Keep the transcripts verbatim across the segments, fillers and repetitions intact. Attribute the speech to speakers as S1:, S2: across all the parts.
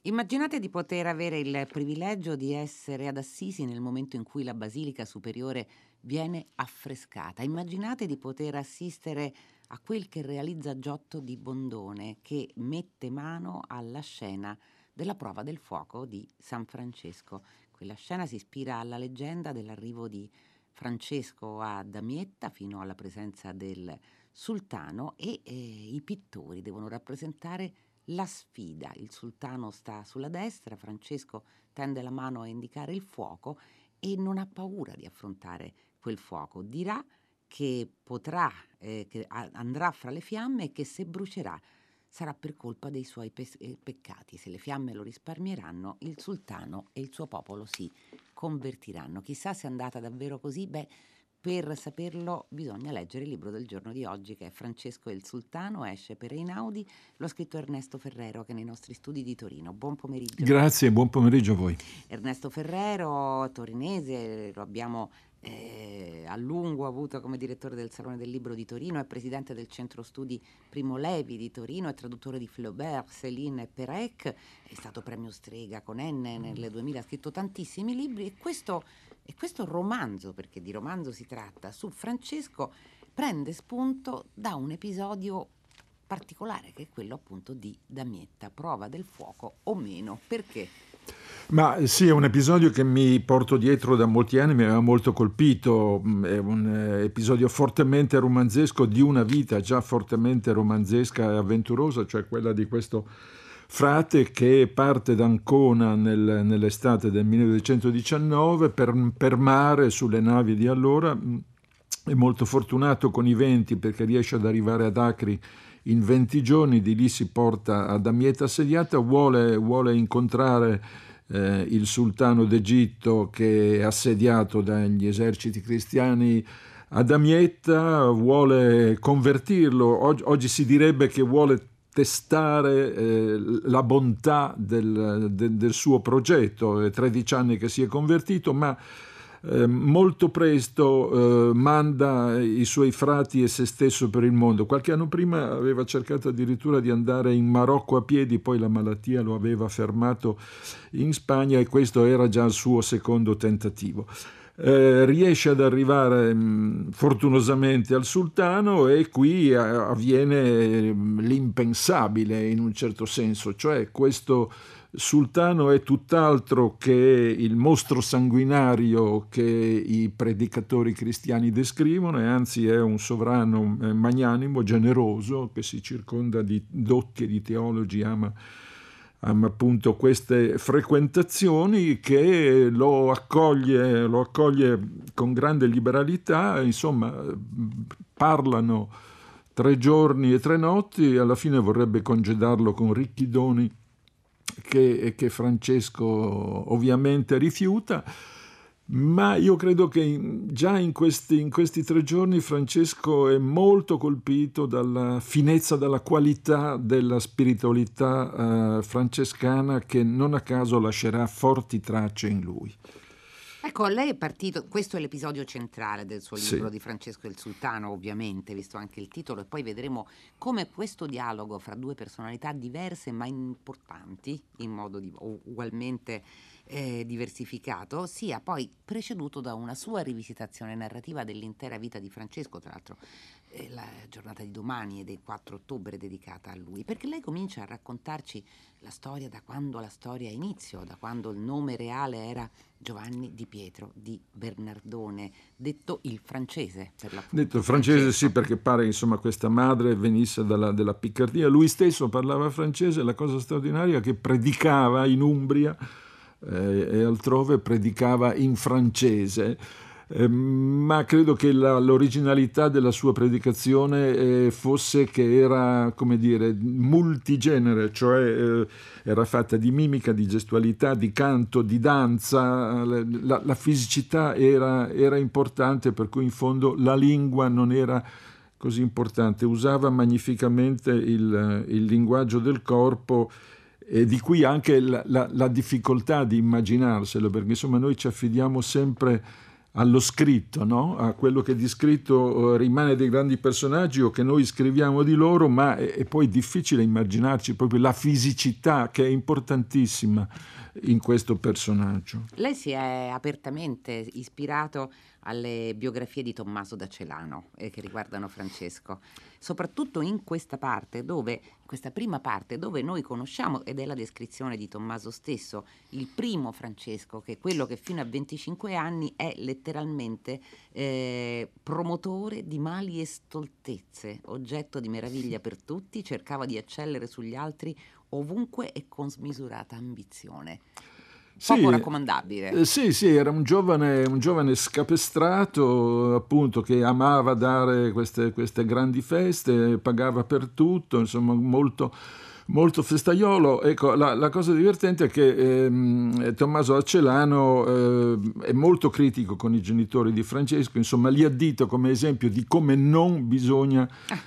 S1: Immaginate di poter avere il privilegio di essere ad Assisi nel momento in cui la Basilica Superiore viene affrescata. Immaginate di poter assistere a quel che realizza Giotto di Bondone, che mette mano alla scena della prova del fuoco di San Francesco. Quella scena si ispira alla leggenda dell'arrivo di Francesco a Damietta fino alla presenza del sultano e eh, i pittori devono rappresentare la sfida. Il sultano sta sulla destra, Francesco tende la mano a indicare il fuoco e non ha paura di affrontare quel fuoco. Dirà che potrà, eh, che a- andrà fra le fiamme e che se brucerà sarà per colpa dei suoi pes- eh, peccati. Se le fiamme lo risparmieranno, il sultano e il suo popolo si convertiranno. Chissà se è andata davvero così. Beh, per saperlo bisogna leggere il libro del giorno di oggi, che è Francesco e il Sultano, esce per Einaudi, lo ha scritto Ernesto Ferrero, che è nei nostri studi di Torino. Buon pomeriggio.
S2: Grazie e buon pomeriggio a voi.
S1: Ernesto Ferrero, torinese, lo abbiamo eh, a lungo avuto come direttore del Salone del Libro di Torino, è presidente del Centro Studi Primo Levi di Torino, è traduttore di Flaubert, Céline e Perec, è stato premio Strega con Enne nel duemila, ha scritto tantissimi libri e questo, e questo romanzo, perché di romanzo si tratta, su Francesco, prende spunto da un episodio particolare che è quello appunto di Damietta, prova del fuoco o meno. Perché?
S2: Ma sì, è un episodio che mi porto dietro da molti anni, mi aveva molto colpito, è un episodio fortemente romanzesco di una vita già fortemente romanzesca e avventurosa, cioè quella di questo frate che parte da Ancona nel, nell'estate del millenovecentodiciannove per, per mare sulle navi di allora, è molto fortunato con i venti perché riesce ad arrivare ad Acri in venti giorni, di lì si porta a Damietta assediata, vuole, vuole incontrare eh, il sultano d'Egitto che è assediato dagli eserciti cristiani a Damietta, vuole convertirlo, oggi, oggi si direbbe che vuole testare eh, la bontà del, de, del suo progetto, è tredici anni che si è convertito, ma Eh, molto presto eh, manda i suoi frati e se stesso per il mondo. Qualche anno prima aveva cercato addirittura di andare in Marocco a piedi, poi la malattia lo aveva fermato in Spagna e questo era già il suo secondo tentativo. Eh, riesce ad arrivare mh, fortunosamente al sultano e qui a, avviene mh, l'impensabile in un certo senso, cioè questo sultano è tutt'altro che il mostro sanguinario che i predicatori cristiani descrivono e anzi è un sovrano magnanimo, generoso, che si circonda di dotti e di teologi, ama, ama appunto queste frequentazioni, che lo accoglie, lo accoglie con grande liberalità, insomma parlano tre giorni e tre notti, alla fine vorrebbe congedarlo con ricchi doni Che, che Francesco ovviamente rifiuta, ma io credo che in, già in questi, in questi tre giorni Francesco è molto colpito dalla finezza, dalla qualità della spiritualità eh, francescana, che non a caso lascerà forti tracce in lui.
S1: Ecco, lei è partito, questo è l'episodio centrale del suo libro
S2: Sì.
S1: di Francesco e il Sultano, ovviamente, visto anche il titolo, e poi vedremo come questo dialogo fra due personalità diverse ma importanti, in modo di, ugualmente eh, diversificato, sia poi preceduto da una sua rivisitazione narrativa dell'intera vita di Francesco, tra l'altro eh, la giornata di domani è del quattro ottobre dedicata a lui, perché lei comincia a raccontarci la storia da quando la storia ha inizio, da quando il nome reale era Giovanni Di Pietro di Bernardone, detto il francese per l'appunto.
S2: Detto francese
S1: Francesco.
S2: sì, perché pare insomma questa madre venisse dalla, dalla Piccardia, lui stesso parlava francese, la cosa straordinaria è che predicava in Umbria eh, e altrove predicava in francese. Eh, ma credo che la, l'originalità della sua predicazione eh, fosse che era, come dire, multigenere, cioè eh, era fatta di mimica, di gestualità, di canto, di danza, la, la fisicità era, era importante, per cui in fondo la lingua non era così importante, usava magnificamente il, il linguaggio del corpo, e di qui anche la, la, la difficoltà di immaginarselo, perché insomma noi ci affidiamo sempre allo scritto, no? A quello che di scritto eh, rimane dei grandi personaggi o che noi scriviamo di loro, ma è, è poi difficile immaginarci proprio la fisicità che è importantissima in questo personaggio.
S1: Lei si è apertamente ispirato alle biografie di Tommaso da Celano eh, che riguardano Francesco, soprattutto in questa parte dove, questa prima parte dove noi conosciamo, ed è la descrizione di Tommaso stesso, il primo Francesco, che è quello che fino a venticinque anni è letteralmente eh, promotore di mali e stoltezze, oggetto di meraviglia per tutti, cercava di eccellere sugli altri ovunque e con smisurata ambizione. Poco
S2: Sì,
S1: raccomandabile.
S2: eh, sì, sì, era un giovane, un giovane scapestrato, appunto, che amava dare queste, queste grandi feste, pagava per tutto, insomma, molto, molto festaiolo. Ecco, la, la cosa divertente è che ehm, Tommaso da Celano eh, è molto critico con i genitori di Francesco, insomma, li addita come esempio di come non bisogna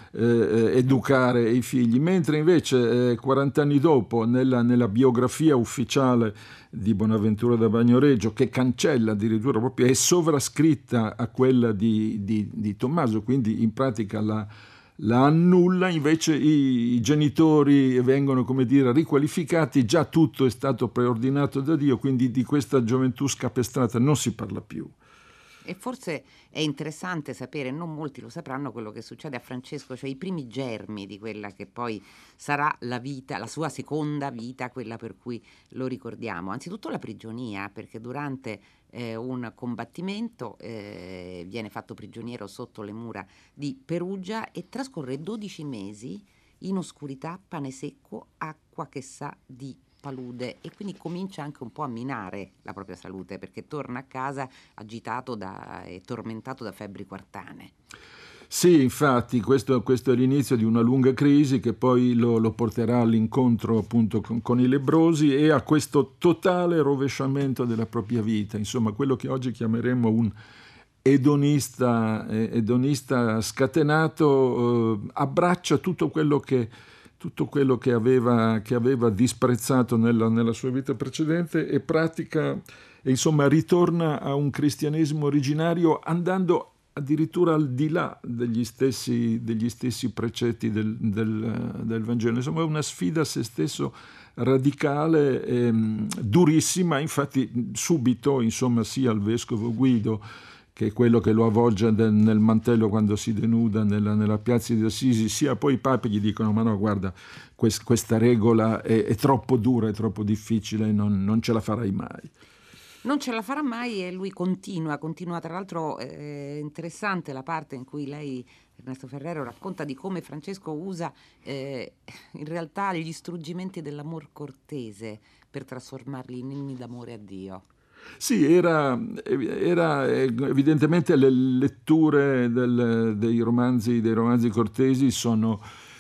S2: eh, educare i figli, mentre invece eh, quaranta anni dopo, nella, nella biografia ufficiale di Bonaventura da Bagnoregio, che cancella addirittura proprio, è sovrascritta a quella di, di, di Tommaso, quindi in pratica la, la annulla, invece i, i genitori vengono, come dire, riqualificati, già tutto è stato preordinato da Dio, quindi di questa gioventù scapestrata non si parla più.
S1: E forse è interessante sapere, non molti lo sapranno, quello che succede a Francesco, cioè i primi germi di quella che poi sarà la vita, la sua seconda vita, quella per cui lo ricordiamo. Anzitutto la prigionia, perché durante eh, un combattimento eh, viene fatto prigioniero sotto le mura di Perugia e trascorre dodici mesi in oscurità, pane secco, acqua che sa di palude, e quindi comincia anche un po' a minare la propria salute, perché torna a casa agitato da, e tormentato da febbri quartane.
S2: Sì, infatti questo, questo è l'inizio di una lunga crisi che poi lo, lo porterà all'incontro appunto con, con i lebbrosi e a questo totale rovesciamento della propria vita, insomma quello che oggi chiameremo un edonista, eh, edonista scatenato, eh, abbraccia tutto quello che tutto quello che aveva, che aveva disprezzato nella, nella sua vita precedente e pratica, e insomma ritorna a un cristianesimo originario andando addirittura al di là degli stessi, degli stessi precetti del, del, del Vangelo. Insomma è una sfida a se stesso radicale, e, durissima, infatti subito, insomma, sia il vescovo Guido, che è quello che lo avvolge nel mantello quando si denuda nella, nella piazza di Assisi, sia poi i papi gli dicono ma no, guarda, quest, questa regola è, è troppo dura, è troppo difficile, non, non ce la farai mai.
S1: Non ce la farà mai e lui continua, continua tra l'altro è eh, interessante la parte in cui lei, Ernesto Ferrero, racconta di come Francesco usa eh, in realtà gli struggimenti dell'amor cortese per trasformarli in inni d'amore a Dio.
S2: Sì, era, era evidentemente le letture del, dei romanzi, dei romanzi cortesi sono,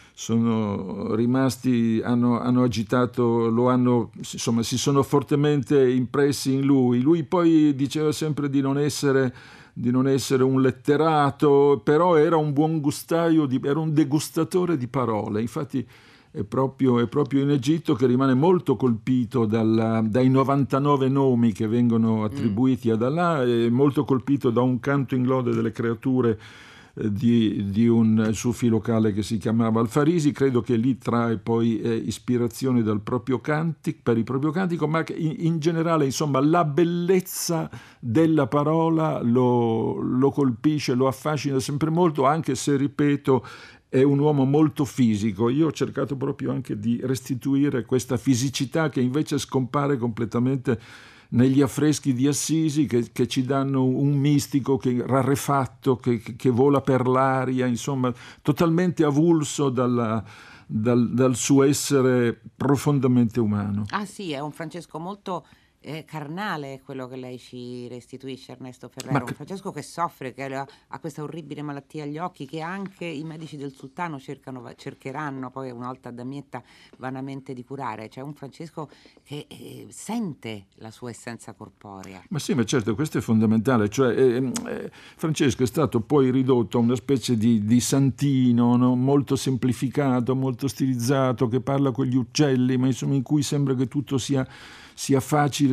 S2: sono rimasti, hanno, hanno agitato, lo hanno, insomma, si sono fortemente impressi in lui. Lui poi diceva sempre di non essere, di non essere un letterato, però era un buon gustaio, di, era un degustatore di parole. Infatti È proprio, è proprio in Egitto che rimane molto colpito dalla, dai novantanove nomi che vengono attribuiti ad Allah, è molto colpito da un canto in lode delle creature eh, di, di un sufi locale che si chiamava Al-Farisi. Credo che lì trae poi eh, ispirazione dal proprio cantico, per il proprio cantico, ma che in, in generale, insomma, la bellezza della parola lo, lo colpisce, lo affascina sempre molto, anche se, ripeto, è un uomo molto fisico. Io ho cercato proprio anche di restituire questa fisicità che invece scompare completamente negli affreschi di Assisi, che, che ci danno un mistico che, rarefatto, che, che vola per l'aria, insomma, totalmente avulso dalla, dal, dal suo essere profondamente umano.
S1: Ah sì, è un Francesco molto eh, carnale, quello che lei ci restituisce, Ernesto Ferrero.
S2: Ma
S1: Un Francesco che soffre, che ha, ha questa orribile malattia agli occhi, che anche i medici del sultano cercano, cercheranno poi una volta a Damietta vanamente di curare. C'è un Francesco che eh, sente la sua essenza corporea.
S2: Ma sì, ma certo, questo è fondamentale. Cioè, eh, eh, Francesco è stato poi ridotto a una specie di, di santino, no? Molto semplificato, molto stilizzato, che parla con gli uccelli, ma insomma in cui sembra che tutto sia sia facile,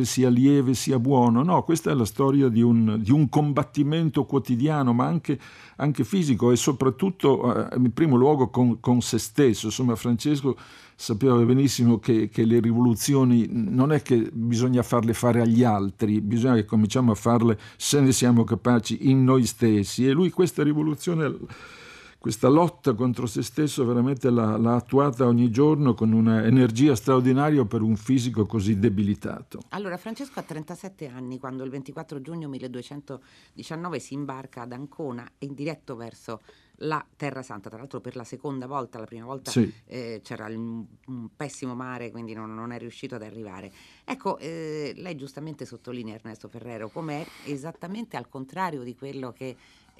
S2: difficile, sia lieve, sia buono. No, questa è la storia di un, di un combattimento quotidiano, ma anche, anche fisico e soprattutto eh, in primo luogo con, con se stesso. Insomma, Francesco sapeva benissimo che, che le rivoluzioni non è che bisogna farle fare agli altri, bisogna che cominciamo a farle, se ne siamo capaci, in noi stessi. E lui questa rivoluzione, questa lotta contro se stesso veramente l'ha, l'ha attuata ogni giorno con una energia straordinaria per un fisico così debilitato.
S1: Allora, Francesco ha trentasette anni quando il ventiquattro giugno milleduecentodiciannove si imbarca ad Ancona in diretto verso la Terra Santa, tra l'altro per la seconda volta. La prima volta
S2: Sì.
S1: eh, c'era il, un pessimo mare, quindi non, non è riuscito ad arrivare. Ecco, eh, lei giustamente sottolinea, Ernesto Ferrero, come è esattamente al contrario di quello che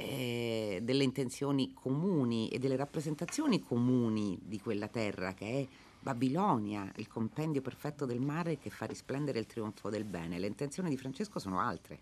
S1: eh, delle intenzioni comuni e delle rappresentazioni comuni di quella terra che è Babilonia, il compendio perfetto del mare che fa risplendere il trionfo del bene. Le intenzioni di Francesco sono altre.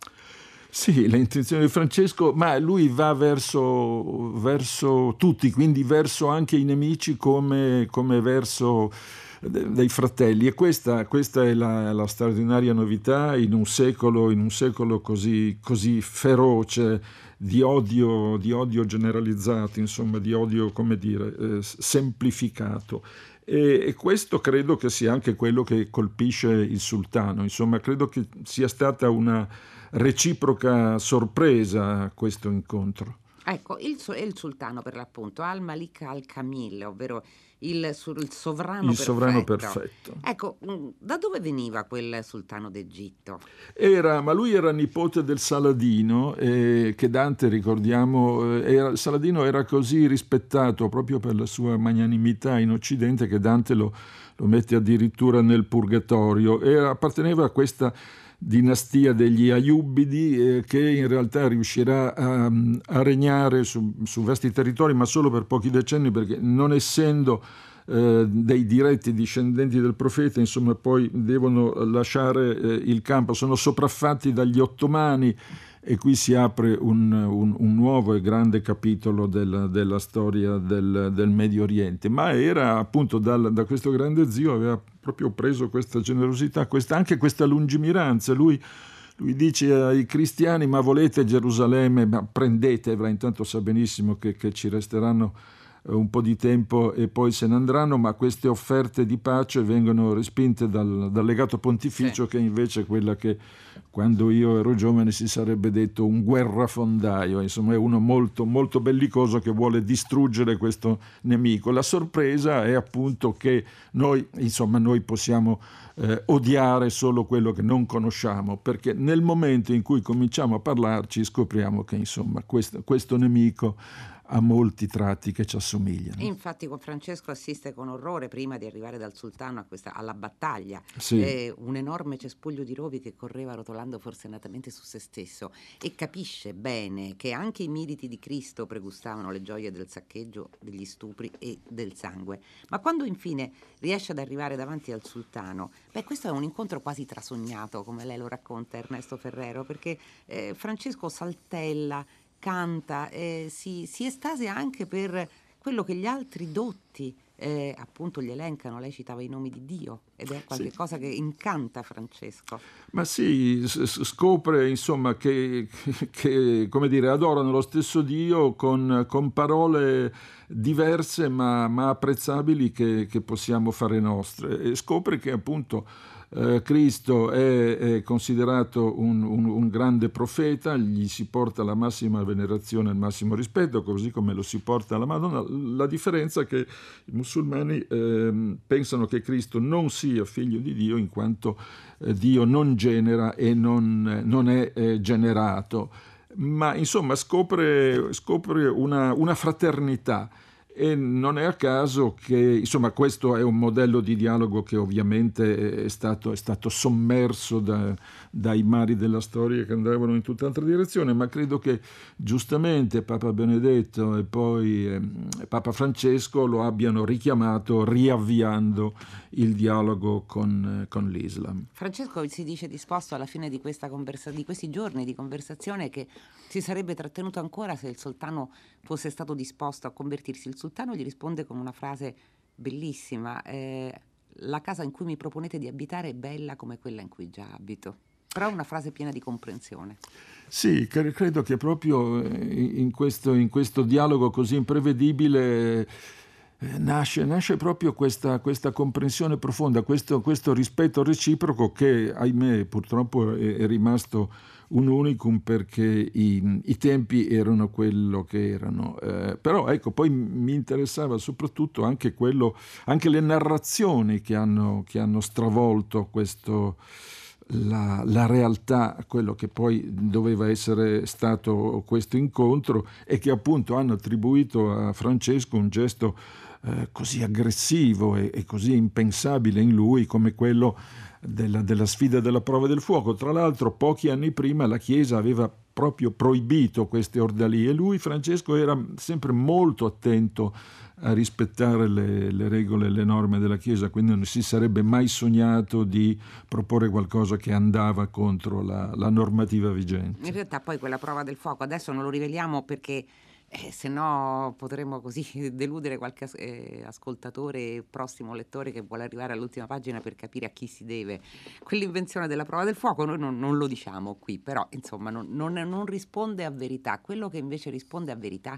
S2: Sì, le intenzioni di Francesco, ma lui va verso, verso tutti, quindi verso anche i nemici come, come verso dei fratelli, e questa, questa è la, la straordinaria novità in un secolo, in un secolo così, così feroce di odio, di odio generalizzato, insomma di odio, come dire, eh, semplificato. E, e questo credo che sia anche quello che colpisce il sultano, insomma credo che sia stata una reciproca sorpresa questo incontro.
S1: Ecco, il, so- il sultano per l'appunto, Al-Malik al-Kamil, ovvero il, su- il sovrano
S2: Il
S1: perfetto.
S2: sovrano perfetto.
S1: Ecco, mh, da dove veniva quel sultano d'Egitto?
S2: Era, ma lui era nipote del Saladino, eh, che Dante, ricordiamo, eh, era, Saladino era così rispettato proprio per la sua magnanimità in Occidente che Dante lo, lo mette addirittura nel Purgatorio. Era, apparteneva a questa dinastia degli Aiubidi eh, che in realtà riuscirà a, a regnare su, su vasti territori, ma solo per pochi decenni, perché non essendo eh, dei diretti discendenti del profeta, insomma poi devono lasciare eh, il campo, sono sopraffatti dagli ottomani, e qui si apre un, un, un nuovo e grande capitolo del, della storia del, del Medio Oriente. Ma era appunto dal, da questo grande zio, aveva proprio preso questa generosità, questa, anche questa lungimiranza. Lui, lui dice ai cristiani: ma volete Gerusalemme, ma prendetevela, intanto sa benissimo che, che ci resteranno un po' di tempo e poi se ne andranno, ma queste offerte di pace vengono respinte dal, dal legato pontificio, sì, che invece è quella che quando io ero giovane si sarebbe detto un guerrafondaio, insomma è uno molto, molto bellicoso che vuole distruggere questo nemico. La sorpresa è appunto che noi, insomma, noi possiamo eh, odiare solo quello che non conosciamo, perché nel momento in cui cominciamo a parlarci scopriamo che insomma questo, questo nemico ha molti tratti che ci assomigliano.
S1: Infatti con Francesco assiste con orrore, prima di arrivare dal sultano a questa, alla battaglia,
S2: sì.
S1: eh, un enorme cespuglio di rovi che correva rotolando forsennatamente su se stesso, e capisce bene che anche i militi di Cristo pregustavano le gioie del saccheggio, degli stupri e del sangue. Ma quando infine riesce ad arrivare davanti al sultano, beh, questo è un incontro quasi trasognato, come lei lo racconta, Ernesto Ferrero, perché eh, Francesco saltella, canta, eh, si, si estasia anche per quello che gli altri dotti eh, appunto gli elencano. Lei citava i nomi di Dio ed è qualche
S2: sì.
S1: cosa che incanta Francesco.
S2: Ma sì, scopre insomma che, che come dire, adorano lo stesso Dio con, con parole diverse ma, ma apprezzabili che, che possiamo fare nostre, e scopre che appunto Eh, Cristo è, è considerato un, un, un grande profeta, gli si porta la massima venerazione e il massimo rispetto, così come lo si porta alla Madonna. La differenza è che i musulmani eh, pensano che Cristo non sia figlio di Dio, in quanto eh, Dio non genera e non, non è eh, generato, ma insomma scopre, scopre una, una fraternità. E non è a caso che, insomma, questo è un modello di dialogo che ovviamente è stato, è stato sommerso da, dai mari della storia che andavano in tutt'altra direzione, ma credo che giustamente Papa Benedetto e poi eh, Papa Francesco lo abbiano richiamato riavviando il dialogo con, con l'Islam.
S1: Francesco si dice disposto alla fine di, questa conversa- di questi giorni di conversazione che si sarebbe trattenuto ancora se il sultano fosse stato disposto a convertirsi. Il sultano gli risponde con una frase bellissima: eh, la casa in cui mi proponete di abitare è bella come quella in cui già abito. Però è una frase piena di comprensione.
S2: Sì, cre- credo che proprio eh, in questo, in questo dialogo così imprevedibile eh, nasce, nasce proprio questa, questa comprensione profonda, questo, questo rispetto reciproco che, ahimè, purtroppo è, è rimasto un unicum perché i, i tempi erano quello che erano. Eh, però ecco, poi mi interessava soprattutto anche quello, anche le narrazioni che hanno, che hanno stravolto questo La, la realtà, quello che poi doveva essere stato questo incontro, e che appunto hanno attribuito a Francesco un gesto eh, così aggressivo e, e così impensabile in lui come quello della, della sfida della prova del fuoco. Tra l'altro pochi anni prima la Chiesa aveva proprio proibito queste ordalie e lui, Francesco, era sempre molto attento a rispettare le, le regole e le norme della Chiesa, quindi non si sarebbe mai sognato di proporre qualcosa che andava contro la, la normativa vigente.
S1: In realtà poi quella prova del fuoco adesso non lo riveliamo perché eh, se no potremmo così deludere qualche as- eh, ascoltatore, prossimo lettore che vuole arrivare all'ultima pagina per capire a chi si deve quell'invenzione della prova del fuoco. Noi non, non lo diciamo qui, però insomma non, non- non risponde a verità. Quello che invece risponde a verità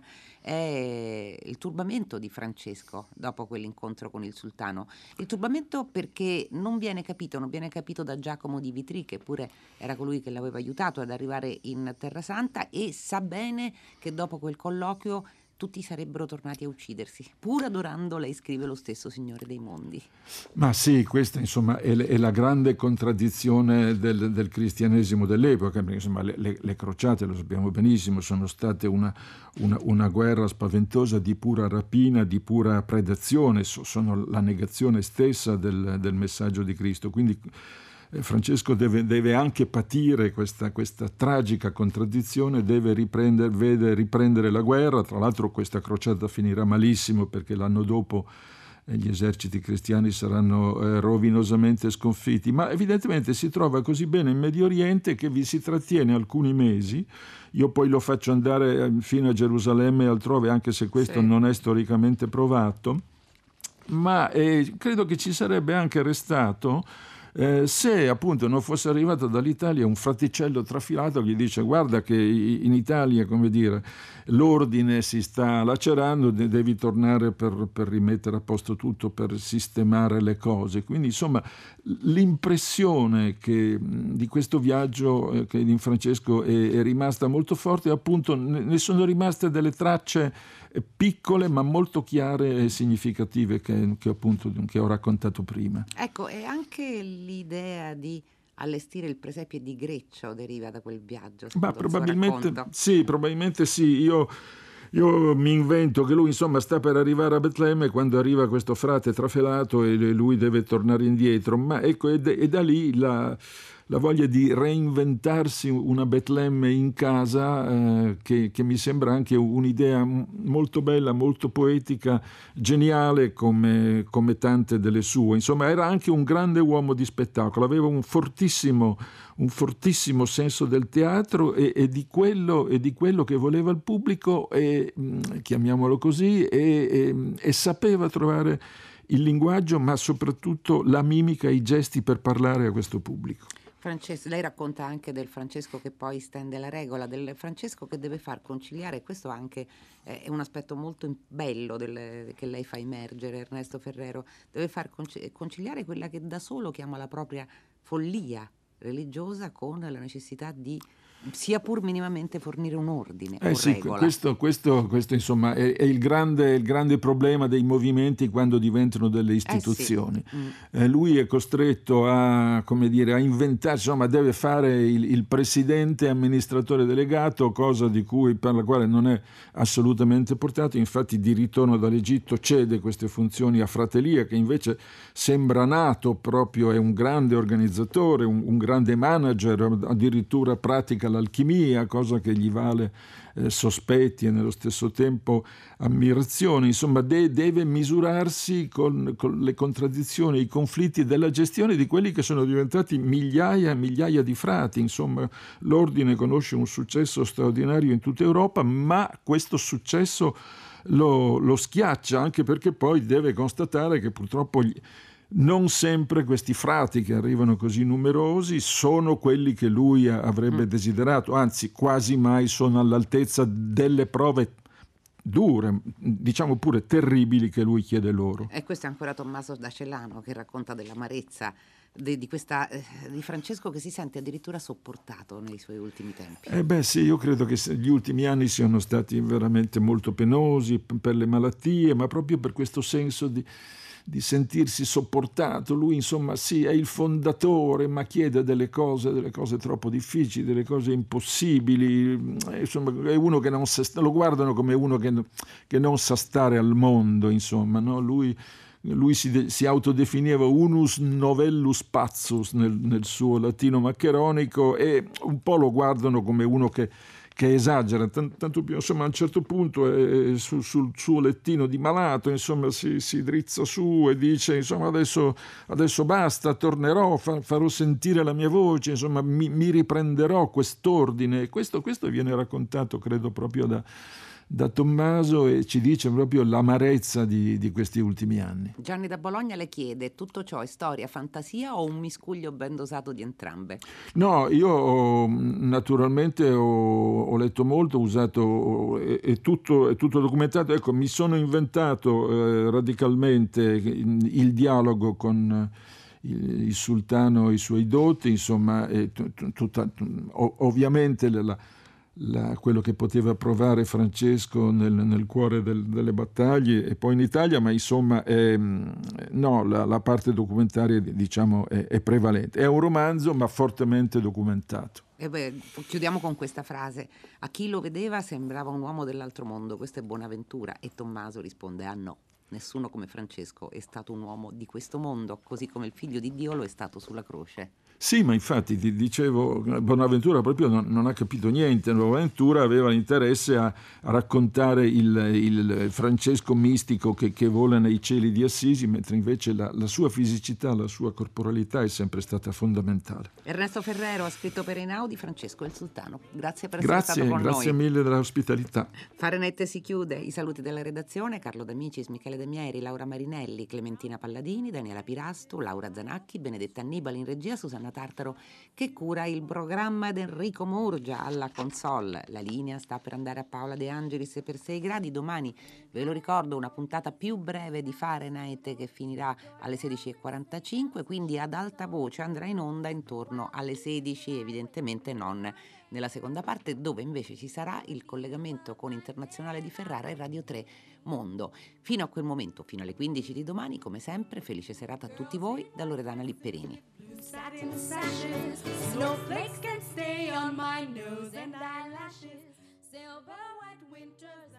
S1: è il turbamento di Francesco dopo quell'incontro con il sultano. Il turbamento perché non viene capito, non viene capito da Giacomo di Vitry, che pure era colui che l'aveva aiutato ad arrivare in Terra Santa, e sa bene che dopo quel colloquio tutti sarebbero tornati a uccidersi, pur adorando, lei scrive, lo stesso Signore dei mondi.
S2: Ma sì, questa insomma è, è la grande contraddizione del, del cristianesimo dell'epoca, perché insomma le, le, le crociate, lo sappiamo benissimo, sono state una, una, una guerra spaventosa di pura rapina, di pura predazione, so, sono la negazione stessa del, del messaggio di Cristo. Quindi Francesco deve, deve anche patire questa, questa tragica contraddizione, deve riprendere, vede riprendere la guerra. Tra l'altro questa crociata finirà malissimo perché l'anno dopo gli eserciti cristiani saranno eh, rovinosamente sconfitti, ma evidentemente si trova così bene in Medio Oriente che vi si trattiene alcuni mesi. Io poi lo faccio andare fino a Gerusalemme e altrove, anche se questo sì. non è storicamente provato, ma eh, credo che ci sarebbe anche restato Eh, se appunto non fosse arrivato dall'Italia un fraticello trafilato che gli dice: guarda che in Italia, come dire, l'ordine si sta lacerando, devi tornare per, per rimettere a posto tutto, per sistemare le cose. Quindi insomma l'impressione che, di questo viaggio eh, che in Francesco è, è rimasta molto forte, appunto ne sono rimaste delle tracce piccole ma molto chiare e significative che, che appunto che ho raccontato prima.
S1: Ecco, e anche l'idea di allestire il presepio di Greccio deriva da quel viaggio.
S2: Ma probabilmente sì, probabilmente sì. Io, io mi invento che lui insomma sta per arrivare a Betlemme quando arriva questo frate trafelato e lui deve tornare indietro. Ma ecco, e, e da lì la la voglia di reinventarsi una Betlemme in casa eh, che, che mi sembra anche un'idea molto bella, molto poetica, geniale come, come tante delle sue. Insomma, era anche un grande uomo di spettacolo, aveva un fortissimo, un fortissimo senso del teatro e, e, di quello, e di quello che voleva il pubblico, e, chiamiamolo così, e, e, e sapeva trovare il linguaggio, ma soprattutto la mimica, i gesti per parlare a questo pubblico.
S1: Francesco, lei racconta anche del Francesco che poi stende la regola, del Francesco che deve far conciliare, questo anche eh, è un aspetto molto bello del, che lei fa emergere, Ernesto Ferrero, deve far conciliare quella che da solo chiama la propria follia religiosa con la necessità di sia pur minimamente fornire un ordine
S2: eh
S1: o
S2: sì,
S1: regola.
S2: Questo, questo, questo insomma è, è il, grande, il grande problema dei movimenti quando diventano delle istituzioni. Eh sì. mm. eh, lui è costretto a, come dire, a inventare, insomma deve fare il, il presidente amministratore delegato, cosa di cui, per la quale non è assolutamente portato. Infatti di ritorno dall'Egitto cede queste funzioni a Fratelia, che invece sembra nato proprio, è un grande organizzatore, un, un grande manager, addirittura pratica l'alchimia, cosa che gli vale eh, sospetti e nello stesso tempo ammirazione. Insomma, de- deve misurarsi con, con le contraddizioni, i conflitti della gestione di quelli che sono diventati migliaia e migliaia di frati. Insomma, l'ordine conosce un successo straordinario in tutta Europa, ma questo successo lo, lo schiaccia, anche perché poi deve constatare che purtroppo gli, Non sempre questi frati che arrivano così numerosi sono quelli che lui avrebbe mm. desiderato, anzi quasi mai sono all'altezza delle prove dure, diciamo pure terribili, che lui chiede loro.
S1: E questo è ancora Tommaso da Celano che racconta dell'amarezza di, di, questa, eh, di Francesco, che si sente addirittura sopportato nei suoi ultimi tempi.
S2: Eh beh sì, io credo che gli ultimi anni siano stati veramente molto penosi per le malattie, ma proprio per questo senso di di sentirsi sopportato. Lui insomma sì, è il fondatore, ma chiede delle cose, delle cose troppo difficili, delle cose impossibili. Insomma, è uno che non sa, lo guardano come uno che, che non sa stare al mondo, insomma, no? Lui, lui si, si autodefiniva unus novellus pazzus nel, nel suo latino maccheronico, e un po' lo guardano come uno che che esagera, tanto più, insomma, a un certo punto è sul, sul suo lettino di malato, insomma, si, si drizza su e dice, insomma, adesso, adesso basta, tornerò, fa, farò sentire la mia voce, insomma, mi, mi riprenderò quest'ordine. Questo, questo viene raccontato, credo, proprio da, da Tommaso, e ci dice proprio l'amarezza di, di questi ultimi anni.
S1: Gianni da Bologna le chiede: tutto ciò è storia, fantasia o un miscuglio ben dosato di entrambe?
S2: No, io ho, naturalmente ho, ho letto molto, ho usato, è, è, tutto, è tutto documentato. Ecco, mi sono inventato eh, radicalmente il, il dialogo con il, il sultano e i suoi doti, insomma, e t- tutta, ovviamente la, La, quello che poteva provare Francesco nel, nel cuore del, delle battaglie e poi in Italia, ma insomma è, no, la, la parte documentaria, diciamo, è, è prevalente. È un romanzo ma fortemente documentato.
S1: E beh, chiudiamo con questa frase: a chi lo vedeva sembrava un uomo dell'altro mondo, questa è Bonaventura. E Tommaso risponde: ah no, nessuno come Francesco è stato un uomo di questo mondo, così come il figlio di Dio lo è stato sulla croce.
S2: Sì, ma infatti ti dicevo, Bonaventura proprio non, non ha capito niente. Bonaventura aveva l'interesse a, a raccontare il, il Francesco mistico che, che vola nei cieli di Assisi, mentre invece la, la sua fisicità, la sua corporalità è sempre stata fondamentale.
S1: Ernesto Ferrero ha scritto per Einaudi Francesco e il Sultano. Grazie per essere
S2: grazie,
S1: stato con
S2: grazie
S1: noi.
S2: Grazie mille dell'ospitalità.
S1: Fahrenheit si chiude. I saluti della redazione: Carlo D'Amicis, Michele De Mieri, Laura Marinelli, Clementina Palladini, Daniela Pirastu, Laura Zanacchi, Benedetta Annibali in regia, Susanna Tartaro che cura il programma, ed Enrico Murgia alla console. La linea sta per andare a Paola De Angelis per sei gradi. Domani, ve lo ricordo, una puntata più breve di Fahrenheit che finirà alle sedici e quarantacinque, quindi ad alta voce andrà in onda intorno alle sedici, evidentemente non nella seconda parte, dove invece ci sarà il collegamento con Internazionale di Ferrara e Radio tre Mondo. Fino a quel momento, fino alle quindici di domani, come sempre, felice serata a tutti voi da Loredana Lipperini. Satin sashes, snowflakes can stay on my nose and eyelashes, silver white winters.